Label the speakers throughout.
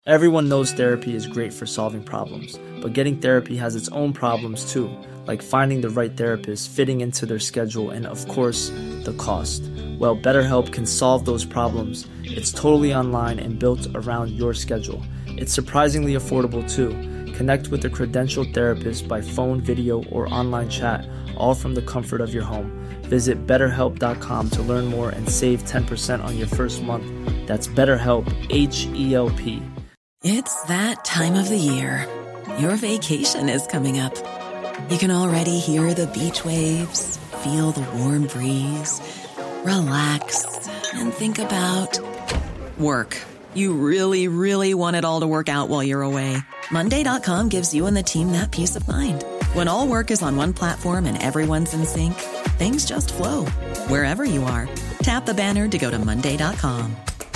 Speaker 1: Everyone knows therapy is great for solving problems, but getting therapy has its own problems too, like finding the right therapist, fitting into their schedule, and of course, the cost. Well, BetterHelp can solve those problems. It's totally online and built around your schedule. It's surprisingly affordable too. Connect with a credentialed therapist by phone, video, or online chat, all from the comfort of your home. Visit BetterHelp.com to learn more and save 10% on your first month. That's BetterHelp, H-E-L-P.
Speaker 2: It's that time of the year. Your vacation is coming up. You can already hear the beach waves, feel the warm breeze, relax, and think about work. You really, really want it all to work out while you're away. Monday.com gives you and the team that peace of mind. When all work is on one platform and everyone's in sync, things just flow. Wherever you are, tap the banner to go to Monday.com.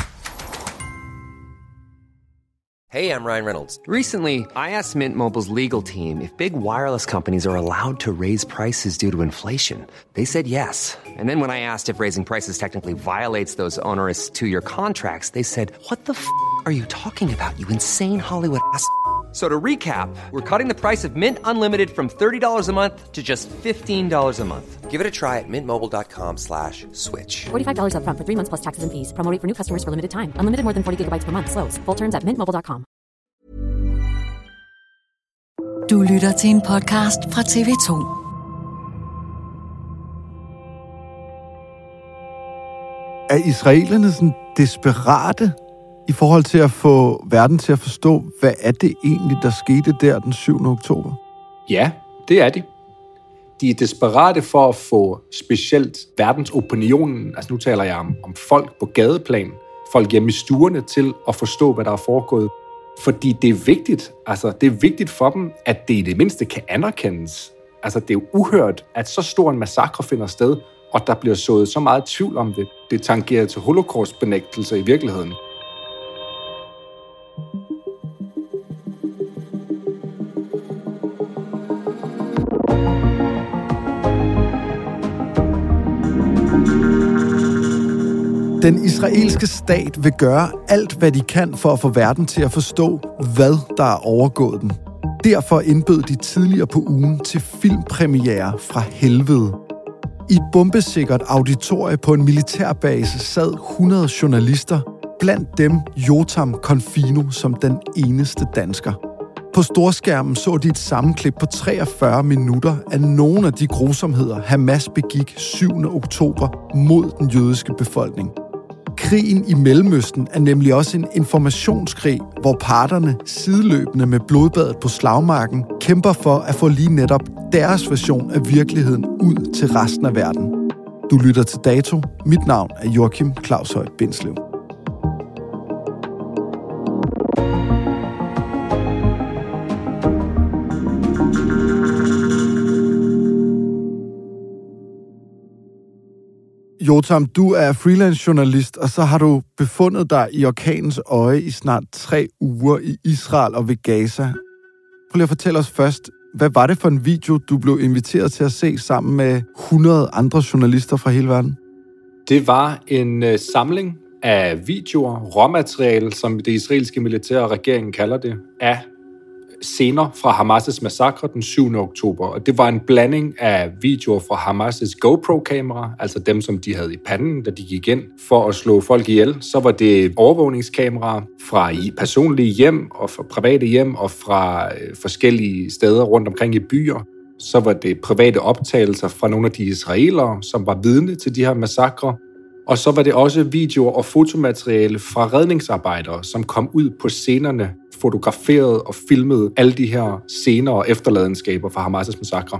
Speaker 3: Hey, I'm Ryan Reynolds. Recently, I asked Mint Mobile's legal team if big wireless companies are allowed to raise prices due to inflation. They said yes. And then when I asked if raising prices technically violates those onerous two-year contracts, they said, "What the f*** are you talking about, you insane Hollywood ass?" So to recap, we're cutting the price of Mint Unlimited from $30 a month to just $15 a month. Give it a try at mintmobile.com/switch.
Speaker 4: $45 up front for 3 months plus taxes and fees. Promo rate for new customers for limited time. Unlimited more than 40 gigabytes per month. Slows full terms at mintmobile.com.
Speaker 2: Du lytter til en podcast fra TV2.
Speaker 5: Er israelerne sådan desperate i forhold til at få verden til at forstå, hvad er det egentlig, der skete der den 7. oktober?
Speaker 6: Ja, det er de. De er desperate for at få specielt verdensopinionen, altså nu taler jeg om folk på gadeplan, folk hjemme i stuerne, til at forstå, hvad der er foregået. Fordi det er vigtigt, altså det er vigtigt for dem, at det i det mindste kan anerkendes. Altså det er jo uhørt, at så stor en massakre finder sted, og der bliver sået så meget tvivl om det. Det tangerer til holocaustbenægtelse i virkeligheden.
Speaker 5: Den israelske stat vil gøre alt, hvad de kan for at få verden til at forstå, hvad der er overgået den. Derfor indbød de tidligere på ugen til filmpremiere fra helvede. I et bombesikkert auditorie på en militærbase sad 100 journalister, blandt dem Yotam Confino som den eneste dansker. På storskærmen så de et sammenklip på 43 minutter af nogle af de grusomheder, Hamas begik 7. oktober mod den jødiske befolkning. Krigen i Mellemøsten er nemlig også en informationskrig, hvor parterne sideløbende med blodbadet på slagmarken kæmper for at få lige netop deres version af virkeligheden ud til resten af verden. Du lytter til Dato. Mit navn er Joachim Claus Høj Bindslev. Yotam, du er freelance journalist, og så har du befundet dig i orkanens øje i snart 3 uger i Israel og ved Gaza. Prøv lige at fortælle os først, hvad var det for en video, du blev inviteret til at se sammen med 100 andre journalister fra hele verden?
Speaker 6: Det var en samling af videoer, råmateriale, som det israelske militære regering kalder det, af scener fra Hamas' massakre den 7. oktober. Og det var en blanding af videoer fra Hamas' GoPro-kamera, altså dem, som de havde i panden, da de gik ind for at slå folk ihjel. Så var det overvågningskameraer fra personlige hjem og fra private hjem og fra forskellige steder rundt omkring i byer. Så var det private optagelser fra nogle af de israelere, som var vidne til de her massakre. Og så var det også videoer og fotomateriale fra redningsarbejdere, som kom ud på scenerne, fotograferet og filmet alle de her scener og efterladenskaber fra Hamas' massakre.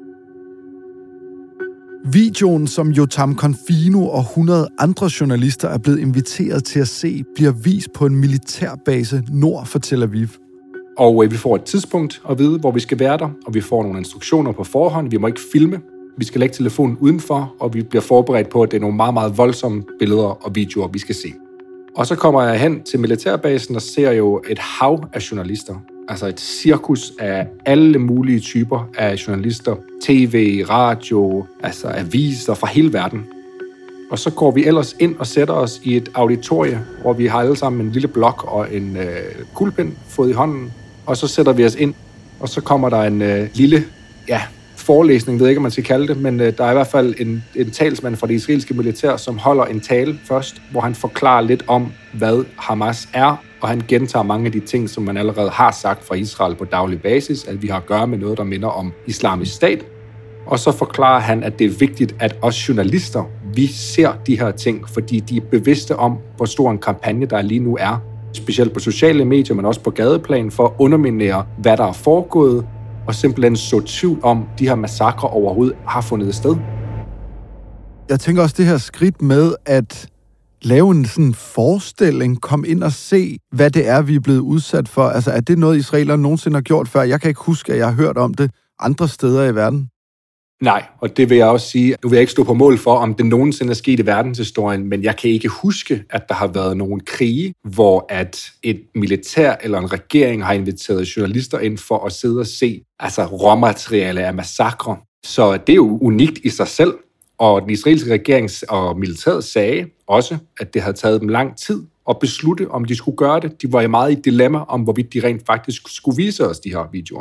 Speaker 5: Videoen, som Yotam Confino og 100 andre journalister er blevet inviteret til at se, bliver vist på en militærbase nord for Tel Aviv.
Speaker 6: Og vi får et tidspunkt at vide, hvor vi skal være der, og vi får nogle instruktioner på forhånd. Vi må ikke filme. Vi skal lægge telefonen udenfor, og vi bliver forberedt på, at det er nogle meget, meget voldsomme billeder og videoer, vi skal se. Og så kommer jeg hen til militærbasen og ser jo et hav af journalister. Altså et cirkus af alle mulige typer af journalister. TV, radio, altså aviser fra hele verden. Og så går vi ellers ind og sætter os i et auditorie, hvor vi har alle sammen en lille blok og en kuglepen fået i hånden. Og så sætter vi os ind, og så kommer der en lille forelæsning, ved ikke, om man skal kalde det, men der er i hvert fald en talsmand fra det israelske militær, som holder en tale først, hvor han forklarer lidt om, hvad Hamas er, og han gentager mange af de ting, som man allerede har sagt fra Israel på daglig basis, at vi har at gøre med noget, der minder om islamisk stat. Og så forklarer han, at det er vigtigt, at os journalister, vi ser de her ting, fordi de er bevidste om, hvor stor en kampagne der lige nu er, specielt på sociale medier, men også på gadeplan, for at underminere, hvad der er foregået, og simpelthen så tvivl om, de her massakrer overhovedet har fundet sted.
Speaker 5: Jeg tænker også det her skridt med at lave en sådan forestilling, kom ind og se, hvad det er, vi er blevet udsat for. Altså, er det noget, israelerne nogensinde har gjort før? Jeg kan ikke huske, at jeg har hørt om det andre steder i verden.
Speaker 6: Nej, og det vil jeg også sige. Nu vil jeg ikke stå på mål for, om det nogensinde er sket i verdenshistorien, men jeg kan ikke huske, at der har været nogen krige, hvor at et militær eller en regering har inviteret journalister ind for at sidde og se råmateriale af massakre. Så det er jo unikt i sig selv, og den israelske regering og militæret sagde også, at det havde taget dem lang tid at beslutte, om de skulle gøre det. De var meget i dilemma om, hvorvidt de rent faktisk skulle vise os de her videoer.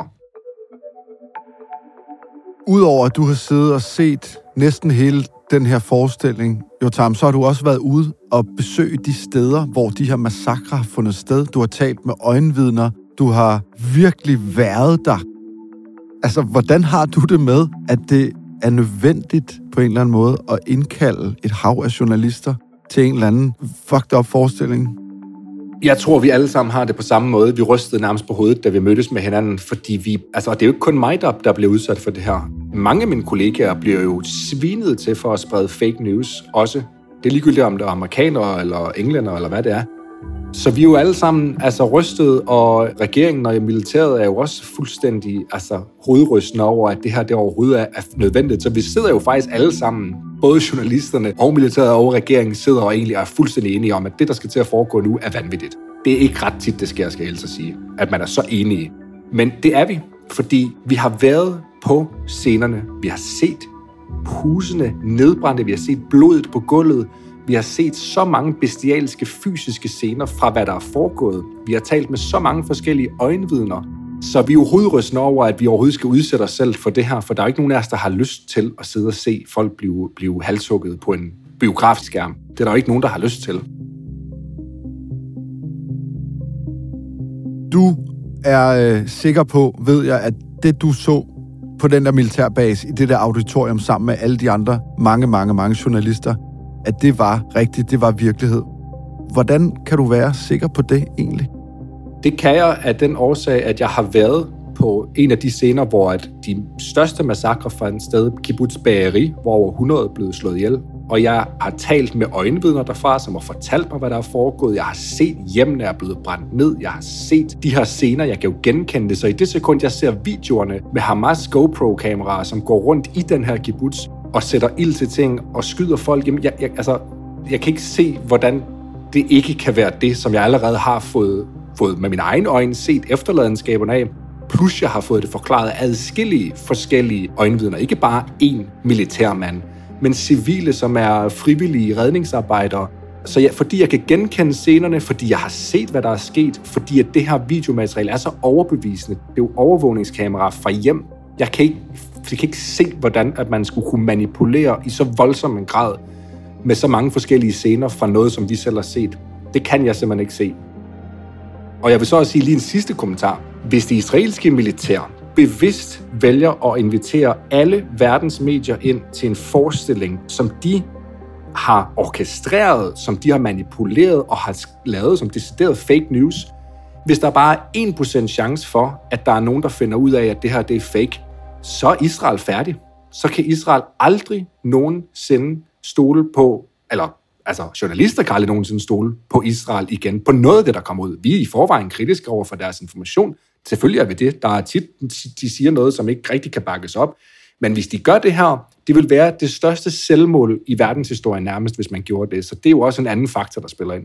Speaker 5: Udover at du har siddet og set næsten hele den her forestilling, Yotam, så har du også været ude og besøge de steder, hvor de her massakrer har fundet sted. Du har talt med øjenvidner. Du har virkelig været der. Altså, hvordan har du det med, at det er nødvendigt på en eller anden måde at indkalde et hav af journalister til en eller anden fucked up forestilling?
Speaker 6: Jeg tror, vi alle sammen har det på samme måde. Vi rystede nærmest på hovedet, da vi mødtes med hinanden, fordi det er jo ikke kun mig, der bliver udsat for det her. Mange af mine kollegaer bliver jo svinet til for at sprede fake news også. Det er ligegyldigt, om det er amerikanere eller englænder eller hvad det er. Så vi er jo alle sammen rystet, og regeringen og militæret er jo også fuldstændig hovedrystende over, at det her det overhovedet er nødvendigt. Så vi sidder jo faktisk alle sammen, både journalisterne og militæret og regeringen, sidder og egentlig er fuldstændig enige om, at det, der skal til at foregå nu, er vanvittigt. Det er ikke ret tit, det sker, skal jeg helst sige, at man er så enige. Men det er vi, fordi vi har været på scenerne. Vi har set husene nedbrændte, vi har set blodet på gulvet. Vi har set så mange bestialske fysiske scener fra, hvad der er foregået. Vi har talt med så mange forskellige øjenvidner. Så vi er jo hovedrystende over, at vi overhovedet skal udsætte os selv for det her, for der er ikke nogen af os, der har lyst til at sidde og se folk blive halshugget på en biografskærm. Det er der jo ikke nogen, der har lyst til.
Speaker 5: Du er sikker på, ved jeg, at det du så på den der militærbase, i det der auditorium sammen med alle de andre mange journalister, at det var rigtigt, det var virkelighed. Hvordan kan du være sikker på det egentlig?
Speaker 6: Det kan jeg af den årsag, at jeg har været på en af de scener, hvor at de største massakrer fandt sted, Kibbutz Be'eri, hvor over 100 er blevet slået ihjel. Og jeg har talt med øjenvidner derfra, som har fortalt mig, hvad der er foregået. Jeg har set hjemmene er blevet brændt ned. Jeg har set de her scener. Jeg kan jo genkende det. Så i det sekund, jeg ser videoerne med Hamas GoPro-kameraer, som går rundt i den her kibbutz og sætter ild til ting og skyder folk. Jamen, jeg kan ikke se, hvordan det ikke kan være det, som jeg allerede har fået med mine egne øjne set efterladenskaberne af. Plus jeg har fået det forklaret af adskillige forskellige øjenvidner. Ikke bare én militærmand, men civile, som er frivillige redningsarbejdere. Så fordi jeg kan genkende scenerne, fordi jeg har set, hvad der er sket, fordi at det her videomateriale er så overbevisende. Det er jo overvågningskameraer fra hjem. Jeg kan ikke se, hvordan at man skulle kunne manipulere i så voldsom en grad med så mange forskellige scener fra noget, som vi selv har set. Det kan jeg simpelthen ikke se. Og jeg vil så også sige lige en sidste kommentar. Hvis det israelske militær bevidst vælger at invitere alle verdens medier ind til en forestilling, som de har orkestreret, som de har manipuleret og har lavet som decideret fake news, hvis der bare er 1% chance for, at der er nogen, der finder ud af, at det her det er fake, så er Israel færdig. Så kan Israel aldrig nogensinde stole på, journalister kan aldrig nogensinde stole på Israel igen, på noget af det, der kommer ud. Vi er i forvejen kritiske over for deres information. Selvfølgelig er vi det. Der er tit, de siger noget, som ikke rigtig kan bakkes op. Men hvis de gør det her, det vil være det største selvmål i verdenshistorien nærmest, hvis man gjorde det. Så det er jo også en anden faktor, der spiller ind.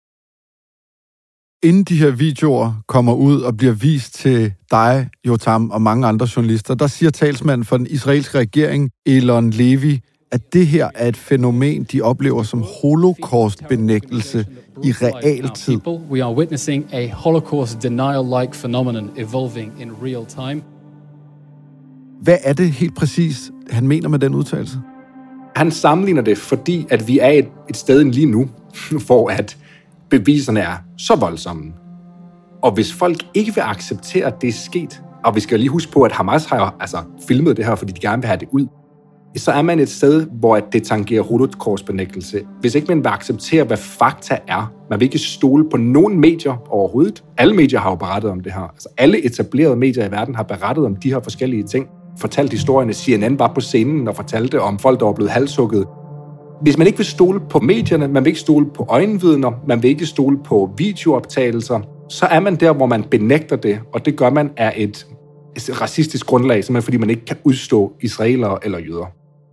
Speaker 5: Inden de her videoer kommer ud og bliver vist til dig, Yotam, og mange andre journalister, der siger talsmanden for den israelske regering, Elon Levy, at det her er et fænomen, de oplever som holocaust-benægtelse i realtid.
Speaker 7: We are witnessing a Holocaust denial-like phenomenon evolving in real time.
Speaker 5: Hvad er det helt præcis, han mener med den udtalelse?
Speaker 6: Han sammenligner det, fordi at vi er et sted lige nu, hvor at beviserne er så voldsomme. Og hvis folk ikke vil acceptere, at det er sket, og vi skal lige huske på, at Hamas har filmet det her, fordi de gerne vil have det ud, så er man et sted, hvor det tangerer holocaust-benægtelse. Hvis ikke man vil acceptere, hvad fakta er, man vil ikke stole på nogen medier overhovedet. Alle medier har jo berettet om det her. Altså, alle etablerede medier i verden har berettet om de her forskellige ting. Fortalt historierne. CNN var på scenen og fortalte om folk, der var blevet halshugget. Hvis man ikke vil stole på medierne, man vil ikke stole på øjenvidner, man vil ikke stole på videooptagelser, så er man der, hvor man benægter det, og det gør man af et racistisk grundlag, simpelthen fordi man ikke kan udstå israelere eller jøder.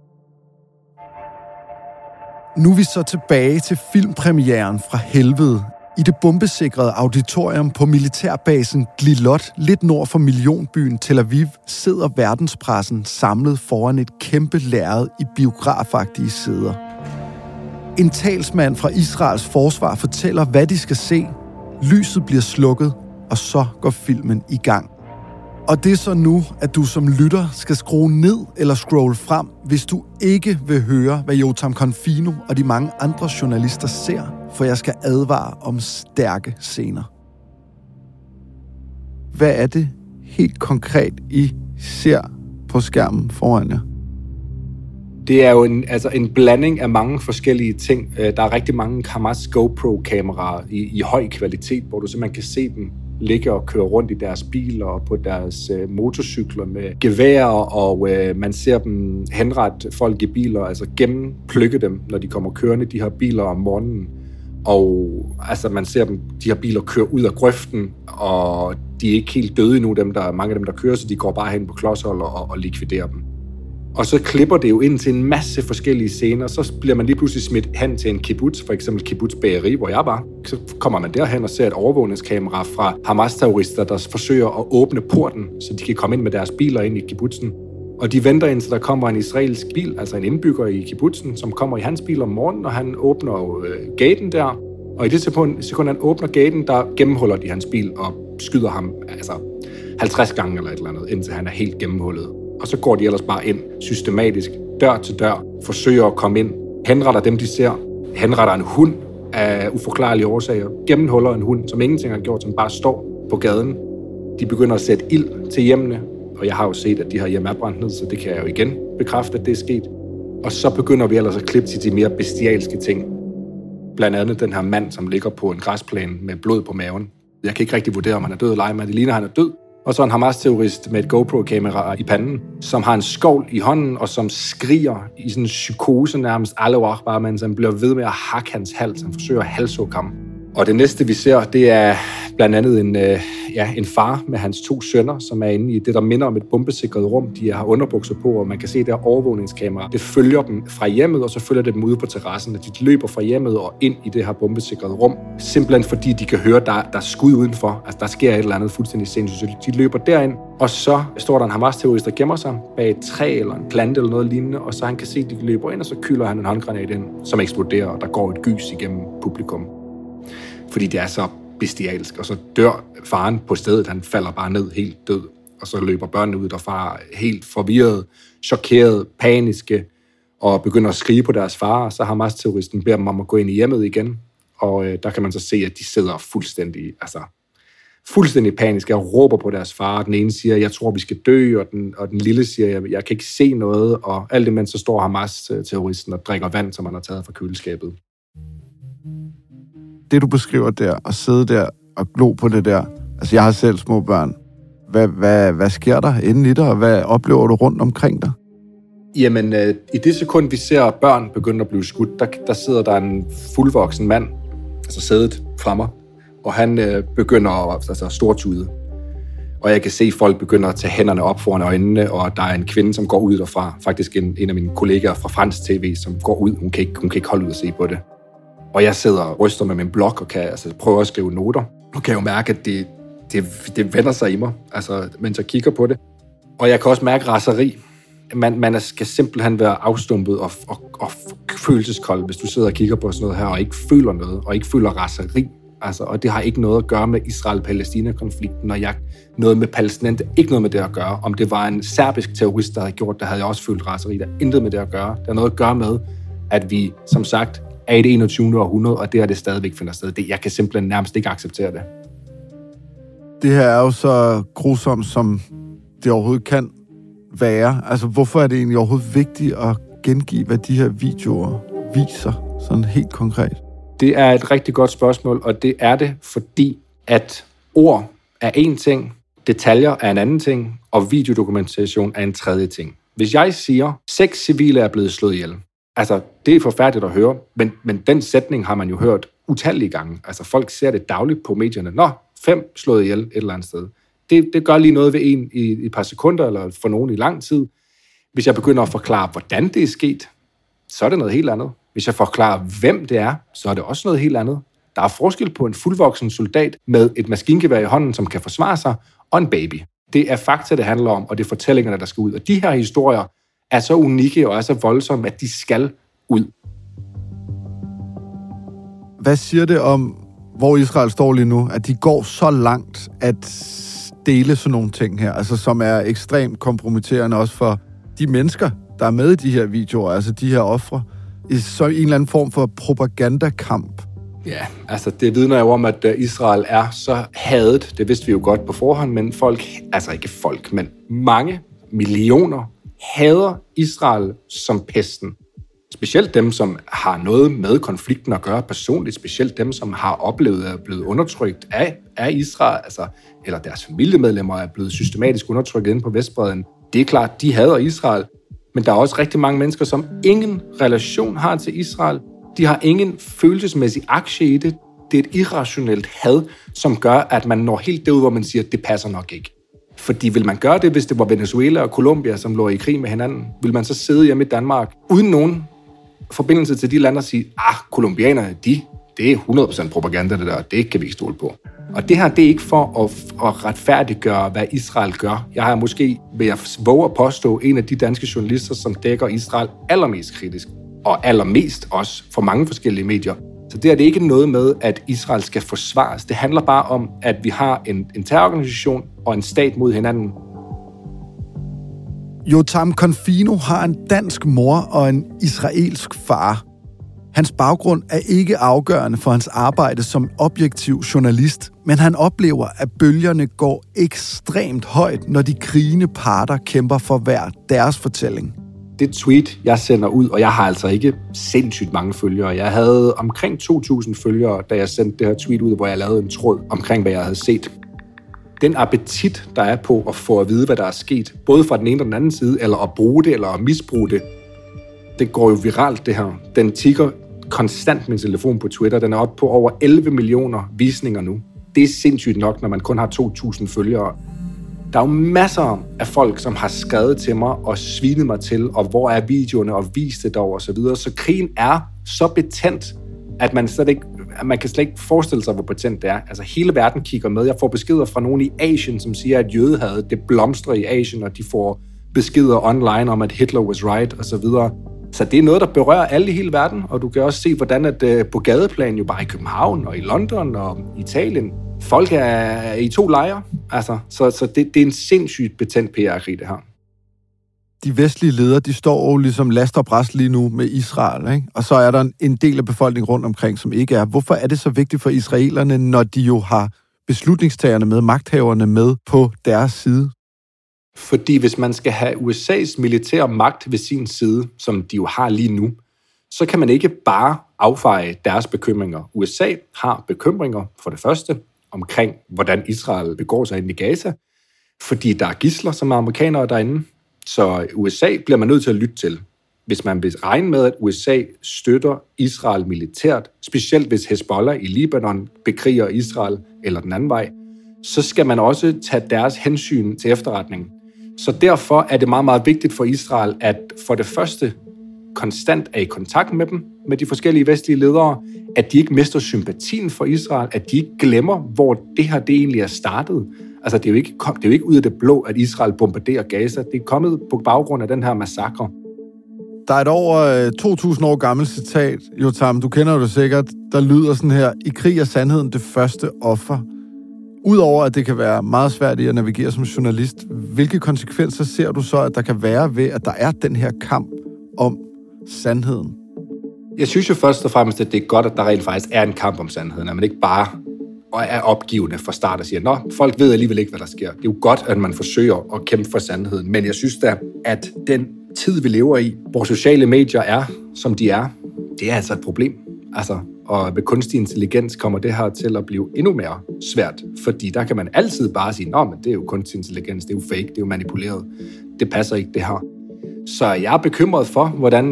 Speaker 5: Nu er vi så tilbage til filmpremieren fra helvede. I det bombesikrede auditorium på militærbasen Glilot, lidt nord for millionbyen Tel Aviv, sidder verdenspressen samlet foran et kæmpe lærred i biografagtige sæder. En talsmand fra Israels forsvar fortæller, hvad de skal se. Lyset bliver slukket, og så går filmen i gang. Og det er så nu, at du som lytter skal skrue ned eller scrolle frem, hvis du ikke vil høre, hvad Yotam Confino og de mange andre journalister ser, for jeg skal advare om stærke scener. Hvad er det helt konkret, I ser på skærmen foran jer?
Speaker 6: Det er jo en blanding af mange forskellige ting. Der er rigtig mange Hamas GoPro-kameraer i høj kvalitet, hvor du simpelthen kan se dem ligge og køre rundt i deres biler og på deres motorcykler med geværer, og man ser dem henrette folk i biler, altså gennempløkke dem, når de kommer kørende, de her biler om morgenen. Og altså, man ser dem, de her biler køre ud af grøften, og de er ikke helt døde endnu, mange af dem, der kører, så de går bare hen på klodshold og likviderer dem. Og så klipper det jo ind til en masse forskellige scener, så bliver man lige pludselig smidt hen til en kibbutz, for eksempel Kibbutz Be'eri, hvor jeg var. Så kommer man derhen og ser et overvågningskamera fra Hamas-terrorister, der forsøger at åbne porten, så de kan komme ind med deres biler ind i kibbutzen. Og de venter indtil der kommer en israelsk bil, altså en indbygger i kibbutzen, som kommer i hans bil om morgenen, og han åbner jo gaten der. Og i det sekund, han åbner gaten, der gennemhuller de hans bil og skyder ham 50 gange eller et eller andet, indtil han er helt gennemhullet. Og så går de ellers bare ind systematisk, dør til dør, forsøger at komme ind, henretter dem, de ser, henretter en hund af uforklarlige årsager, gennemhuller en hund, som ingenting har gjort, som bare står på gaden. De begynder at sætte ild til hjemmene, og jeg har jo set, at de her hjem er brændt ned, så det kan jeg jo igen bekræfte, at det er sket. Og så begynder vi ellers at klippe til de mere bestialske ting. Blandt andet den her mand, som ligger på en græsplæne med blod på maven. Jeg kan ikke rigtig vurdere, om han er død eller ej, men det ligner, han er død. Og så en Hamas-terrorist med et GoPro-kamera i panden, som har en skovl i hånden, og som skriger i sådan en psykose nærmest, Allahu Akbar, mens han bliver ved med at hakke hans hals. Han forsøger at halshugge ham. Og det næste, vi ser, det er blandt andet en far med hans 2 sønner, som er inde i det, der minder om et bombesikret rum. De har underbukser på, og man kan se, der overvågningskamera. Det følger dem fra hjemmet, og så følger det dem ude på terrassen. De løber fra hjemmet og ind i det her bombesikrede rum. Simpelthen fordi de kan høre, der er skud udenfor. Altså, der sker et eller andet fuldstændig sindssygt. De løber derind, og så står der en Hamas-terrorist, der gemmer sig bag et træ eller en plante eller noget lignende, og så han kan se, at de løber ind, og så kyler han en håndgranat ind, som eksploderer, og der går et gys igennem publikum. Fordi det er så bestialsk, og så dør faren på stedet. Han falder bare ned helt død, og så løber børnene ud derfra helt forvirret, chokeret, paniske, og begynder at skrige på deres far, og så har Hamas-terroristen beder dem om at gå ind i hjemmet igen, og der kan man så se, at de sidder fuldstændig paniske og råber på deres far. Den ene siger, jeg tror, vi skal dø, og den lille siger, jeg kan ikke se noget, og alt det, mens så står Hamas-terroristen og drikker vand, som han har taget fra køleskabet.
Speaker 5: Det, du beskriver der, og sidde der og glo på det der, altså jeg har selv små børn. Hvad sker der inde i dig, og hvad oplever du rundt omkring dig?
Speaker 6: Jamen, i det sekund, vi ser børn begynde at blive skudt, der sidder der en fuldvoksen mand, altså sædet fra mig, og han begynder at stortude. Og jeg kan se, at folk begynder at tage hænderne op foran øjnene, og der er en kvinde, som går ud derfra. Faktisk en af mine kollegaer fra fransk tv, som går ud. Hun kan ikke holde ud at se på det. Og jeg sidder og ryster med min blog og kan prøve at skrive noter. Nu kan jeg jo mærke, at det vender sig i mig, mens jeg kigger på det. Og jeg kan også mærke raseri. man skal simpelthen være afstumpet og følelseskold, hvis du sidder og kigger på sådan noget her, og ikke føler noget, og ikke føler raseri. Altså, og det har ikke noget at gøre med Israel-Palæstina-konflikten, og noget med palæstinenser, ikke noget med det at gøre. Om det var en serbisk terrorist, der havde gjort det, havde jeg også følt raseri. Der er intet med det at gøre. Der er noget at gøre med, at vi, som sagt, er i det 21. århundrede, og det stadigvæk finder sted. Jeg kan simpelthen nærmest ikke acceptere det.
Speaker 5: Det her er jo så grusomt, som det overhovedet kan være. Altså, hvorfor er det egentlig overhovedet vigtigt at gengive, hvad de her videoer viser, sådan helt konkret?
Speaker 6: Det er et rigtig godt spørgsmål, og det er det, fordi at ord er en ting, detaljer er en anden ting, og videodokumentation er en tredje ting. Hvis jeg siger, 6 civile er blevet slået ihjel, altså, det er forfærdeligt at høre, men den sætning har man jo hørt utallige gange. Altså, folk ser det dagligt på medierne. 5 slået ihjel et eller andet sted. Det gør lige noget ved en i et par sekunder, eller for nogen i lang tid. Hvis jeg begynder at forklare, hvordan det er sket, så er det noget helt andet. Hvis jeg forklarer, hvem det er, så er det også noget helt andet. Der er forskel på en fuldvoksen soldat med et maskingevær i hånden, som kan forsvare sig, og en baby. Det er fakta, det handler om, og det er fortællingerne, der skal ud. Og de her historier er så unikke og er så voldsomme, at de skal ud.
Speaker 5: Hvad siger det om, hvor Israel står lige nu, at de går så langt at dele sådan nogle ting her, altså som er ekstremt kompromitterende også for de mennesker, der er med i de her videoer, altså de her ofre, i så en eller anden form for propagandakamp?
Speaker 6: Ja, altså det vidner jo om, at Israel er så hadet. Det vidste vi jo godt på forhånd, men folk, altså ikke folk, men mange millioner hader Israel som pesten. Specielt dem, som har noget med konflikten at gøre personligt. Specielt dem, som har oplevet at blive undertrykt af Israel, altså, eller deres familiemedlemmer er blevet systematisk undertrykt inde på Vestbredden. Det er klart, de hader Israel. Men der er også rigtig mange mennesker, som ingen relation har til Israel. De har ingen følelsesmæssig aktie i det. Det er et irrationelt had, som gør, at man når helt derud, hvor man siger, at det passer nok ikke. Fordi vil man gøre det, hvis det var Venezuela og Colombia, som lå i krig med hinanden? Vil man så sidde hjemme i Danmark uden nogen forbindelse til de lande og sige, colombianerne, det er 100% propaganda, det der, det kan vi ikke stole på. Og det her, det er ikke for at retfærdiggøre, hvad Israel gør. Jeg har måske, vil jeg våge at påstå, en af de danske journalister, som dækker Israel allermest kritisk, og allermest også for mange forskellige medier. Så det er det ikke noget med, at Israel skal forsvares. Det handler bare om, at vi har en terrororganisation og en stat mod hinanden.
Speaker 5: Yotam Confino har en dansk mor og en israelsk far. Hans baggrund er ikke afgørende for hans arbejde som objektiv journalist, men han oplever, at bølgerne går ekstremt højt, når de krigende parter kæmper for hver deres fortælling.
Speaker 6: Det tweet, jeg sender ud, og jeg har altså ikke sindssygt mange følgere. Jeg havde omkring 2.000 følgere, da jeg sendte det her tweet ud, hvor jeg lavede en tråd omkring, hvad jeg havde set. Den appetit, der er på at få at vide, hvad der er sket, både fra den ene og den anden side, eller at bruge det, eller at misbruge det, det går jo viralt, det her. Den tikker konstant min telefon på Twitter. Den er oppe på over 11 millioner visninger nu. Det er sindssygt nok, når man kun har 2.000 følgere. Der er jo masser af folk, som har skrevet til mig og svinet mig til, og hvor er videoerne, og vist det dog, og så videre. Så krigen er så betændt, at man kan slet ikke forestille sig, hvor betændt det er. Altså hele verden kigger med. Jeg får beskeder fra nogen i Asien, som siger, at jødehadet, det blomstrer i Asien, og de får beskeder online om, at Hitler was right, og så videre. Så det er noget, der berører alle i hele verden, og du kan også se, hvordan at på gadeplan, jo bare i København og i London og Italien, folk er i 2 lejre. Altså, så det er en sindssygt betændt PR-krig, det her.
Speaker 5: De vestlige ledere, de står jo ligesom last og bræst lige nu med Israel, ikke? Og så er der en del af befolkningen rundt omkring, som ikke er. Hvorfor er det så vigtigt for israelerne, når de jo har beslutningstagerne med, magthaverne med på deres side?
Speaker 6: Fordi hvis man skal have USA's militære magt ved sin side, som de jo har lige nu, så kan man ikke bare affeje deres bekymringer. USA har bekymringer for det første omkring, hvordan Israel begår sig inde i Gaza, fordi der er gidsler, som er amerikanere derinde. Så USA bliver man nødt til at lytte til. Hvis man vil regne med, at USA støtter Israel militært, specielt hvis Hezbollah i Libanon bekriger Israel eller den anden vej, så skal man også tage deres hensyn til efterretning. Så derfor er det meget, meget vigtigt for Israel, at for det første konstant er i kontakt med dem, med de forskellige vestlige ledere, at de ikke mister sympatien for Israel, at de ikke glemmer, hvor det her det egentlig er startet. Altså, det er jo ikke ud af det blå, at Israel bombarderer Gaza. Det er kommet på baggrund af den her massakre.
Speaker 5: Der er et over 2.000 år gammelt citat, Jotam, du kender det sikkert, der lyder sådan her: I krig er sandheden det første offer. Udover at det kan være meget svært at navigere som journalist, hvilke konsekvenser ser du så, at der kan være ved, at der er den her kamp om sandheden?
Speaker 6: Jeg synes jo først og fremmest, at det er godt, at der rent faktisk er en kamp om sandheden, at man ikke bare er opgivende fra start og siger, nå, folk ved alligevel ikke, hvad der sker. Det er jo godt, at man forsøger at kæmpe for sandheden, men jeg synes da, at den tid, vi lever i, hvor sociale medier er, som de er, det er altså et problem. Altså, og med kunstig intelligens kommer det her til at blive endnu mere svært, fordi der kan man altid bare sige, nå, men det er jo kunstig intelligens, det er jo fake, det er jo manipuleret. Det passer ikke, det her. Så jeg er bekymret for, hvordan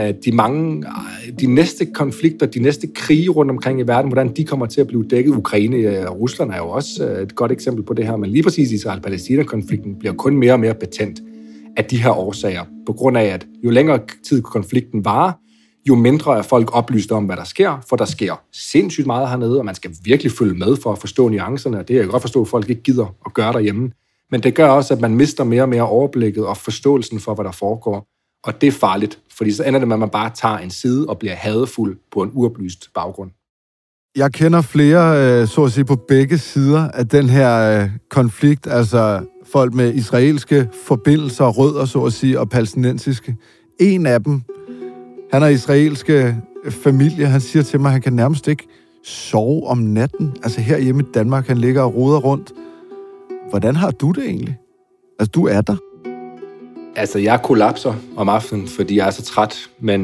Speaker 6: de næste konflikter, de næste krige rundt omkring i verden, hvordan de kommer til at blive dækket. Ukraine og Rusland er jo også et godt eksempel på det her, men lige præcis Israel-Palæstina-konflikten bliver kun mere og mere betændt af de her årsager, på grund af, at jo længere tid konflikten varer, jo mindre er folk oplyst om, hvad der sker, for der sker sindssygt meget hernede, og man skal virkelig følge med for at forstå nuancerne, og det er jeg godt forstå, at folk ikke gider at gøre derhjemme. Men det gør også, at man mister mere og mere overblikket og forståelsen for, hvad der foregår. Og det er farligt, fordi så ender det med, at man bare tager en side og bliver hadefuld på en uoplyst baggrund.
Speaker 5: Jeg kender flere, så at sige, på begge sider af den her konflikt, altså folk med israelske forbindelser, rødder, så at sige, og palæstinensiske. En af dem, han er israelske familie, han siger til mig, at han kan nærmest ikke sove om natten. Altså herhjemme i Danmark, han ligger og roder rundt. Hvordan har du det egentlig? Altså, du er der.
Speaker 6: Altså, jeg kollapser om aftenen, fordi jeg er så træt. Men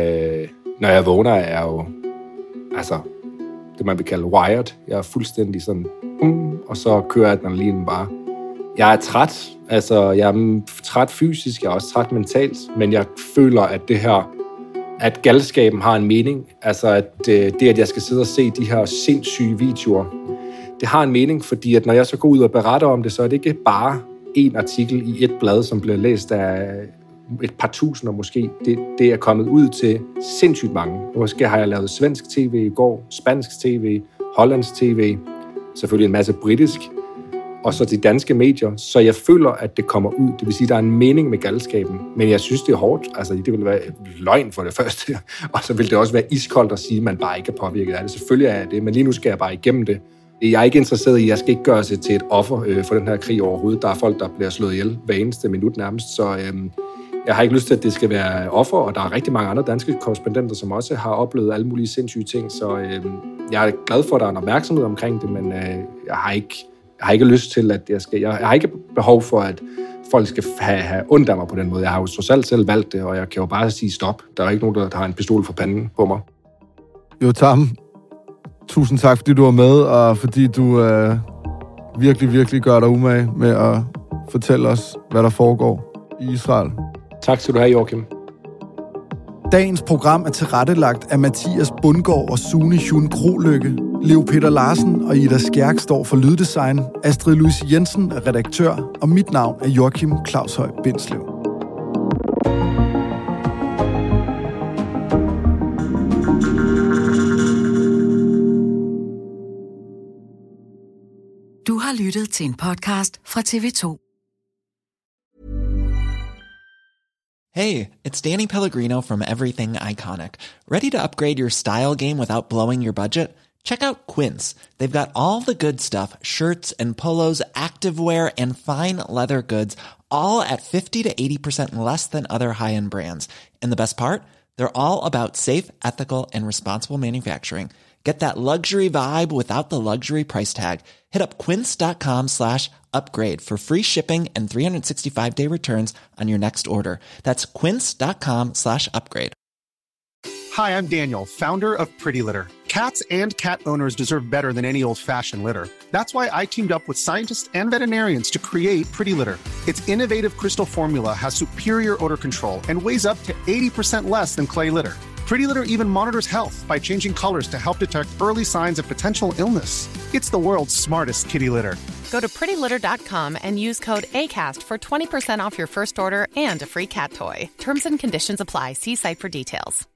Speaker 6: når jeg vågner, er jeg jo, altså, det man vil kalde wired. Jeg er fuldstændig sådan, og så kører adrenalinen bare. Jeg er træt. Altså, jeg er træt fysisk, jeg er også træt mentalt. Men jeg føler, at det her, at galskaben har en mening. Altså, at at jeg skal sidde og se de her sindssyge videoer, det har en mening, fordi at når jeg så går ud og beretter om det, så er det ikke bare en artikel i et blad, som bliver læst af et par tusinder måske. Det er kommet ud til sindssygt mange. Måske har jeg lavet svensk tv i går, spansk tv, hollandsk tv, selvfølgelig en masse britisk, og så de danske medier. Så jeg føler, at det kommer ud. Det vil sige, at der er en mening med galskaben. Men jeg synes, det er hårdt. Altså, det vil være løgn for det første. Og så vil det også være iskoldt at sige, at man bare ikke er påvirket af det. Selvfølgelig er jeg det, men lige nu skal jeg bare igennem det. Jeg er ikke interesseret i, jeg skal ikke gøre sig til et offer for den her krig overhovedet. Der er folk, der bliver slået ihjel hver eneste minut nærmest. Så jeg har ikke lyst til, at det skal være offer, og der er rigtig mange andre danske korrespondenter, som også har oplevet alle mulige sindssyge ting. Så jeg er glad for, at der er en opmærksomhed omkring det, men jeg har ikke lyst til, at jeg har ikke behov for, at folk skal have ondt af mig på den måde. Jeg har jo trods alt selv valgt det, og jeg kan jo bare sige stop. Der er ikke nogen, der har en pistol for panden på mig.
Speaker 5: Jotam, tusind tak, fordi du var med, og fordi du virkelig, virkelig gør dig umage med at fortælle os, hvad der foregår i Israel.
Speaker 6: Tak skal du have, Joachim.
Speaker 5: Dagens program er tilrettelagt af Mathias Bundgaard og Sune Jun Krolykke. Leo Peter Larsen og Ida Skjærk står for lyddesign. Astrid Louise Jensen er redaktør, og mit navn er Joachim Claushøj Bindslev.
Speaker 2: Du har lyttet til en podcast fra TV2.
Speaker 8: Hey, it's Danny Pellegrino from Everything Iconic. Ready to upgrade your style game without blowing your budget? Check out Quince. They've got all the good stuff, shirts and polos, activewear, and fine leather goods, all at 50 to 80% less than other high-end brands. And the best part? They're all about safe, ethical, and responsible manufacturing. Get that luxury vibe without the luxury price tag. Hit up quince.com/upgrade for free shipping and 365-day returns on your next order. That's quince.com/upgrade.
Speaker 9: Hi, I'm Daniel, founder of Pretty Litter. Cats and cat owners deserve better than any old-fashioned litter. That's why I teamed up with scientists and veterinarians to create Pretty Litter. Its innovative crystal formula has superior odor control and weighs up to 80% less than clay litter. Pretty Litter even monitors health by changing colors to help detect early signs of potential illness. It's the world's smartest kitty litter.
Speaker 10: Go to prettylitter.com and use code ACAST for 20% off your first order and a free cat toy. Terms and conditions apply. See site for details.